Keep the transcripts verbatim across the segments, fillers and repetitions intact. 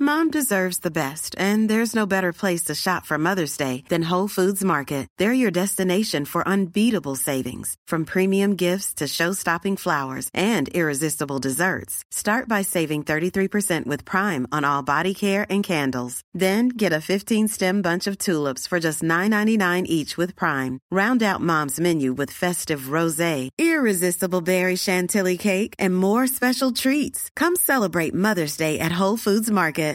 Mom deserves the best, and there's no better place to shop for Mother's Day than Whole Foods Market. They're your destination for unbeatable savings, from premium gifts to show-stopping flowers and irresistible desserts. Start by saving thirty-three percent with Prime on all body care and candles. Then get a fifteen-stem bunch of tulips for just nine ninety-nine each with Prime. Round out Mom's menu with festive rosé, irresistible berry chantilly cake, and more special treats. Come celebrate Mother's Day at Whole Foods Market.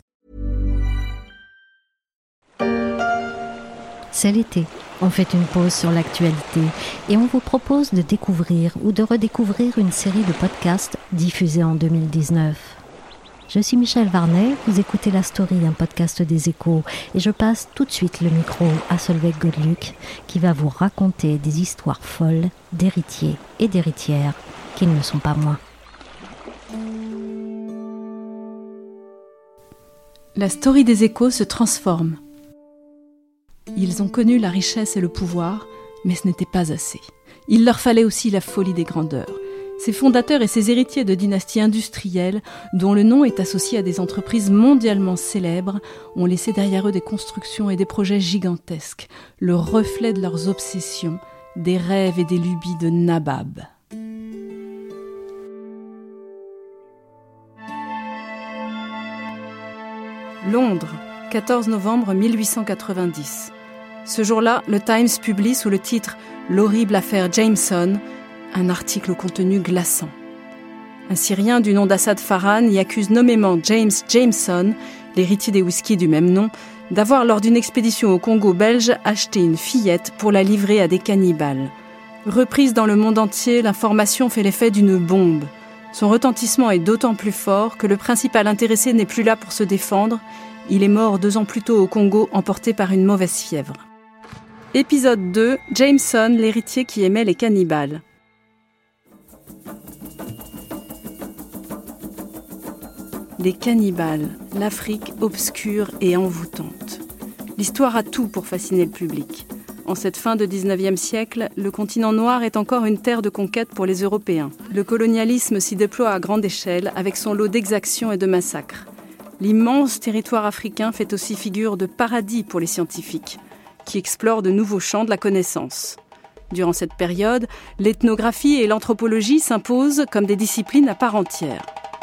C'est l'été, on fait une pause sur l'actualité et on vous propose de découvrir ou de redécouvrir une série de podcasts diffusés en deux mille dix-neuf. Je suis Michel Varnet, vous écoutez La Story, un podcast des Échos, et je passe tout de suite le micro à Solveig Godluc qui va vous raconter des histoires folles d'héritiers et d'héritières qui ne le sont pas moins. La Story des Échos se transforme. Ils ont connu la richesse et le pouvoir, mais ce n'était pas assez. Il leur fallait aussi la folie des grandeurs. Ces fondateurs et ces héritiers de dynasties industrielles, dont le nom est associé à des entreprises mondialement célèbres, ont laissé derrière eux des constructions et des projets gigantesques, le reflet de leurs obsessions, des rêves et des lubies de nababs. Londres, quatorze novembre mille huit cent quatre-vingt-dix. Ce jour-là, le Times publie sous le titre « L'horrible affaire Jameson » un article au contenu glaçant. Un Syrien du nom d'Assad Farhan y accuse nommément James Jameson, l'héritier des whiskies du même nom, d'avoir, lors d'une expédition au Congo belge, acheté une fillette pour la livrer à des cannibales. Reprise dans le monde entier, l'information fait l'effet d'une bombe. Son retentissement est d'autant plus fort que le principal intéressé n'est plus là pour se défendre. Il est mort deux ans plus tôt au Congo, emporté par une mauvaise fièvre. Épisode deux, Jameson, l'héritier qui aimait les cannibales. Les cannibales, l'Afrique obscure et envoûtante. L'histoire a tout pour fasciner le public. En cette fin de dix-neuvième siècle, le continent noir est encore une terre de conquête pour les Européens. Le colonialisme s'y déploie à grande échelle avec son lot d'exactions et de massacres. L'immense territoire africain fait aussi figure de paradis pour les scientifiques, qui explorent de nouveaux champs de la connaissance. Durant cette période, l'ethnographie et l'anthropologie s'imposent comme des disciplines à part entière.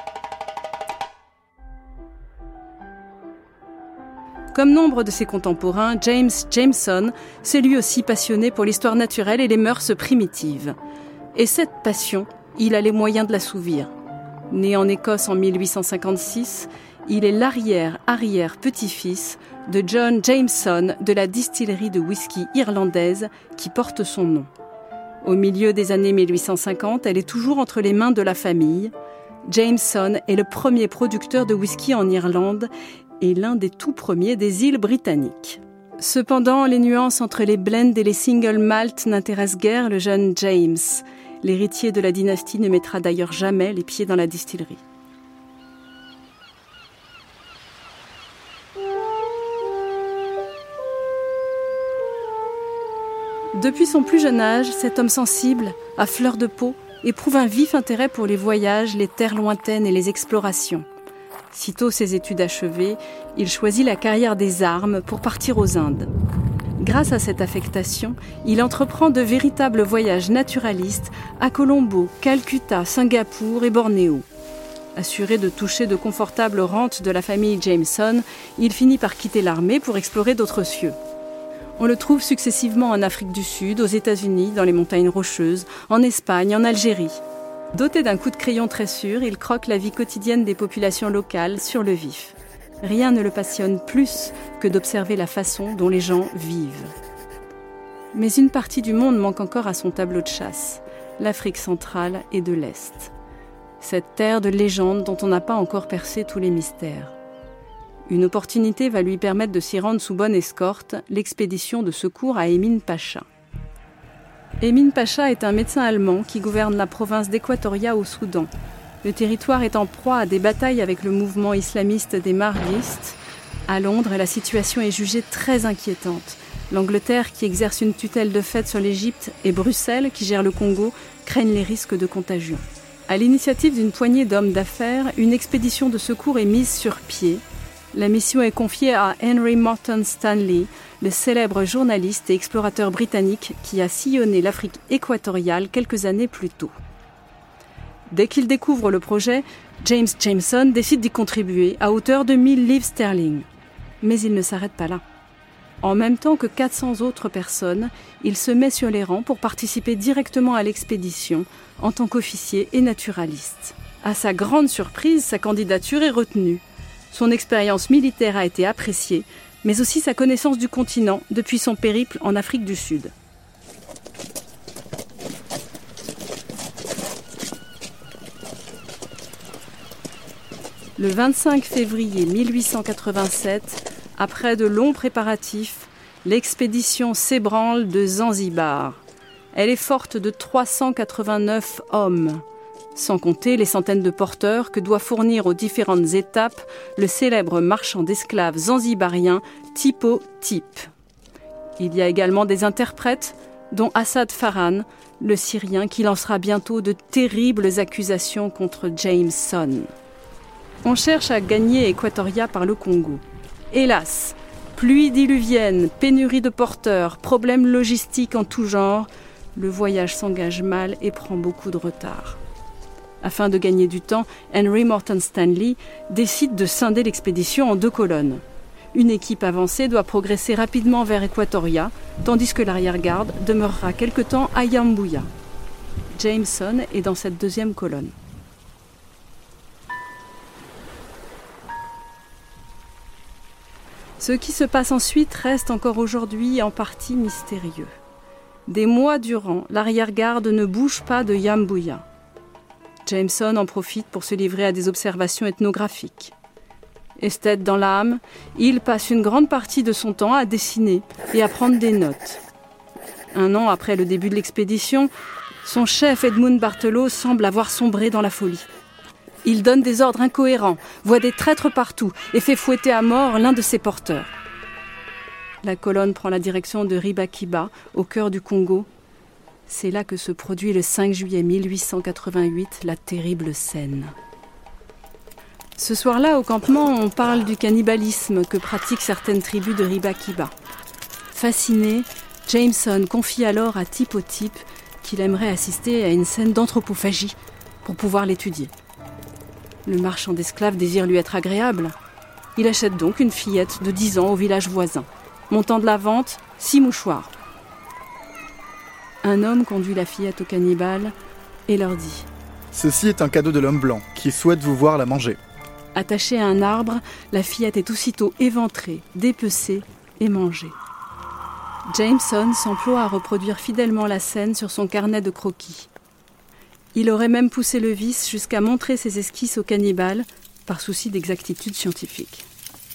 Comme nombre de ses contemporains, James Jameson s'est lui aussi passionné pour l'histoire naturelle et les mœurs primitives. Et cette passion, il a les moyens de l'assouvir. Né en Écosse en mille huit cent cinquante-six, il est l'arrière-arrière-petit-fils de John Jameson de la distillerie de whisky irlandaise qui porte son nom. Au milieu des années mille huit cent cinquante, elle est toujours entre les mains de la famille. Jameson est le premier producteur de whisky en Irlande et l'un des tout premiers des îles britanniques. Cependant, les nuances entre les blends et les single malt n'intéressent guère le jeune James. L'héritier de la dynastie ne mettra d'ailleurs jamais les pieds dans la distillerie. Depuis son plus jeune âge, cet homme sensible, à fleur de peau, éprouve un vif intérêt pour les voyages, les terres lointaines et les explorations. Sitôt ses études achevées, il choisit la carrière des armes pour partir aux Indes. Grâce à cette affectation, il entreprend de véritables voyages naturalistes à Colombo, Calcutta, Singapour et Bornéo. Assuré de toucher de confortables rentes de la famille Jameson, il finit par quitter l'armée pour explorer d'autres cieux. On le trouve successivement en Afrique du Sud, aux États-Unis, dans les montagnes rocheuses, en Espagne, en Algérie. Doté d'un coup de crayon très sûr, il croque la vie quotidienne des populations locales sur le vif. Rien ne le passionne plus que d'observer la façon dont les gens vivent. Mais une partie du monde manque encore à son tableau de chasse, l'Afrique centrale et de l'Est. Cette terre de légende dont on n'a pas encore percé tous les mystères. Une opportunité va lui permettre de s'y rendre sous bonne escorte, l'expédition de secours à Emin Pacha. Emin Pacha est un médecin allemand qui gouverne la province d'Équatoria au Soudan. Le territoire est en proie à des batailles avec le mouvement islamiste des Mahdistes. À Londres, la situation est jugée très inquiétante. L'Angleterre, qui exerce une tutelle de fait sur l'Égypte, et Bruxelles, qui gère le Congo, craignent les risques de contagion. À l'initiative d'une poignée d'hommes d'affaires, une expédition de secours est mise sur pied. La mission est confiée à Henry Morton Stanley, le célèbre journaliste et explorateur britannique qui a sillonné l'Afrique équatoriale quelques années plus tôt. Dès qu'il découvre le projet, James Jameson décide d'y contribuer à hauteur de mille livres sterling. Mais il ne s'arrête pas là. En même temps que quatre cents autres personnes, il se met sur les rangs pour participer directement à l'expédition en tant qu'officier et naturaliste. À sa grande surprise, sa candidature est retenue. Son expérience militaire a été appréciée, mais aussi sa connaissance du continent depuis son périple en Afrique du Sud. Le vingt-cinq février mille huit cent quatre-vingt-sept, après de longs préparatifs, l'expédition s'ébranle de Zanzibar. Elle est forte de trois cent quatre-vingt-neuf hommes, sans compter les centaines de porteurs que doit fournir aux différentes étapes le célèbre marchand d'esclaves zanzibarien Tipo Tip. Il y a également des interprètes, dont Assad Farhan, le Syrien qui lancera bientôt de terribles accusations contre Jameson. On cherche à gagner Équatoria par le Congo. Hélas, pluie diluvienne, pénurie de porteurs, problèmes logistiques en tout genre, le voyage s'engage mal et prend beaucoup de retard. Afin de gagner du temps, Henry Morton Stanley décide de scinder l'expédition en deux colonnes. Une équipe avancée doit progresser rapidement vers Équatoria, tandis que l'arrière-garde demeurera quelque temps à Yambuya. Jameson est dans cette deuxième colonne. Ce qui se passe ensuite reste encore aujourd'hui en partie mystérieux. Des mois durant, l'arrière-garde ne bouge pas de Yambuya. Jameson en profite pour se livrer à des observations ethnographiques. Esthète dans l'âme, il passe une grande partie de son temps à dessiner et à prendre des notes. Un an après le début de l'expédition, son chef Edmund Bartelot semble avoir sombré dans la folie. Il donne des ordres incohérents, voit des traîtres partout et fait fouetter à mort l'un de ses porteurs. La colonne prend la direction de Ribakiba, au cœur du Congo. C'est là que se produit le cinq juillet mille huit cent quatre-vingt-huit la terrible scène. Ce soir-là, au campement, on parle du cannibalisme que pratiquent certaines tribus de Ribakiba. Fasciné, Jameson confie alors à Tipo Tip qu'il aimerait assister à une scène d'anthropophagie pour pouvoir l'étudier. Le marchand d'esclaves désire lui être agréable. Il achète donc une fillette de dix ans au village voisin. Montant de la vente, six mouchoirs. Un homme conduit la fillette au cannibales et leur dit « Ceci est un cadeau de l'homme blanc, qui souhaite vous voir la manger. » Attachée à un arbre, la fillette est aussitôt éventrée, dépecée et mangée. Jameson s'emploie à reproduire fidèlement la scène sur son carnet de croquis. Il aurait même poussé le vice jusqu'à montrer ses esquisses aux cannibales, par souci d'exactitude scientifique.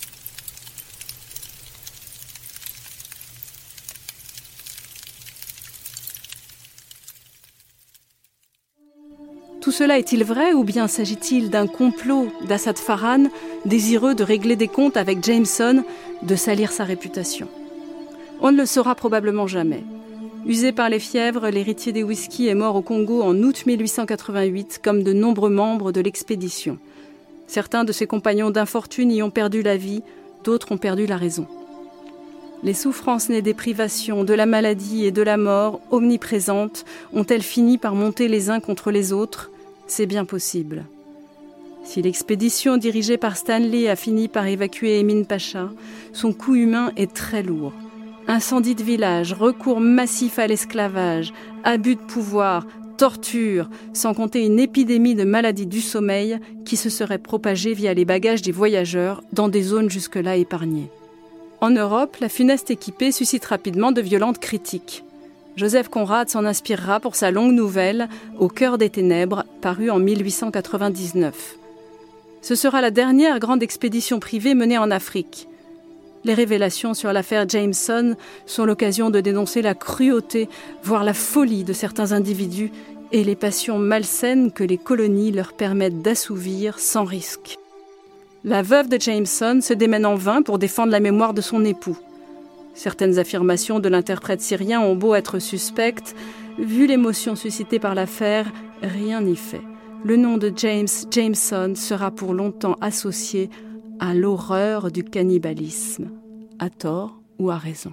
Tout cela est-il vrai ou bien s'agit-il d'un complot d'Assad Farhan, désireux de régler des comptes avec Jameson, de salir sa réputation? On ne le saura probablement jamais. Usé par les fièvres, l'héritier des whisky est mort au Congo en août mille huit cent quatre-vingt-huit, comme de nombreux membres de l'expédition. Certains de ses compagnons d'infortune y ont perdu la vie, d'autres ont perdu la raison. Les souffrances nées des privations, de la maladie et de la mort, omniprésentes, ont-elles fini par monter les uns contre les autres? C'est bien possible. Si l'expédition dirigée par Stanley a fini par évacuer Emin Pacha, son coût humain est très lourd. Incendie de village, recours massif à l'esclavage, abus de pouvoir, torture, sans compter une épidémie de maladies du sommeil qui se serait propagée via les bagages des voyageurs dans des zones jusque-là épargnées. En Europe, la funeste équipée suscite rapidement de violentes critiques. Joseph Conrad s'en inspirera pour sa longue nouvelle « Au cœur des ténèbres » parue en mille huit cent quatre-vingt-dix-neuf. Ce sera la dernière grande expédition privée menée en Afrique. Les révélations sur l'affaire Jameson sont l'occasion de dénoncer la cruauté, voire la folie de certains individus et les passions malsaines que les colonies leur permettent d'assouvir sans risque. La veuve de Jameson se démène en vain pour défendre la mémoire de son époux. Certaines affirmations de l'interprète syrien ont beau être suspectes, vu l'émotion suscitée par l'affaire, rien n'y fait. Le nom de James Jameson sera pour longtemps associé à l'horreur du cannibalisme, à tort ou à raison.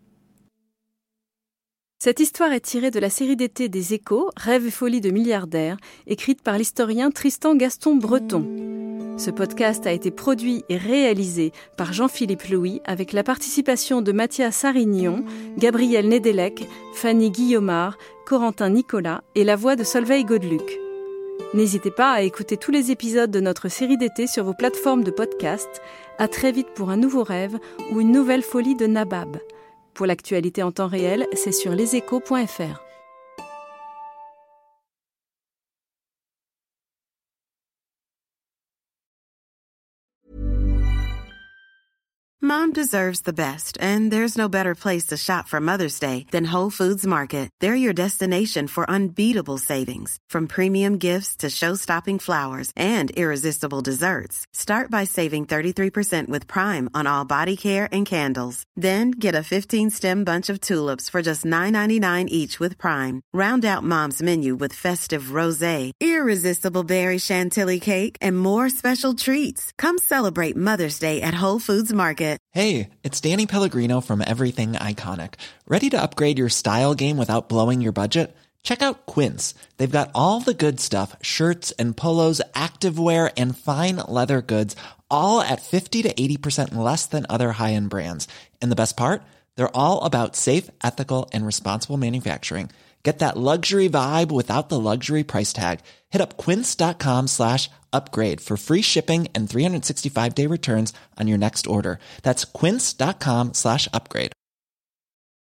Cette histoire est tirée de la série d'été des Échos, Rêves et folies de milliardaires, écrite par l'historien Tristan Gaston Breton. Ce podcast a été produit et réalisé par Jean-Philippe Louis avec la participation de Mathias Sarignon, Gabriel Nedelec, Fanny Guillaumard, Corentin Nicolas et la voix de Solveig Godeluc. N'hésitez pas à écouter tous les épisodes de notre série d'été sur vos plateformes de podcast. À très vite pour un nouveau rêve ou une nouvelle folie de Nabab. Pour l'actualité en temps réel, c'est sur leséchos point f r. Mom deserves the best, and there's no better place to shop for Mother's Day than Whole Foods Market. They're your destination for unbeatable savings, from premium gifts to show-stopping flowers and irresistible desserts. Start by saving thirty-three percent with Prime on all body care and candles. Then get a fifteen-stem bunch of tulips for just nine ninety-nine each with Prime. Round out Mom's menu with festive rosé, irresistible berry chantilly cake, and more special treats. Come celebrate Mother's Day at Whole Foods Market. Hey, it's Danny Pellegrino from Everything Iconic. Ready to upgrade your style game without blowing your budget? Check out Quince. They've got all the good stuff, shirts and polos, activewear, and fine leather goods, all at fifty to eighty percent less than other high-end brands. And the best part? They're all about safe, ethical, and responsible manufacturing. Get that luxury vibe without the luxury price tag. Hit up quince.com slash upgrade for free shipping and three sixty-five day returns on your next order. That's quince.com slash upgrade.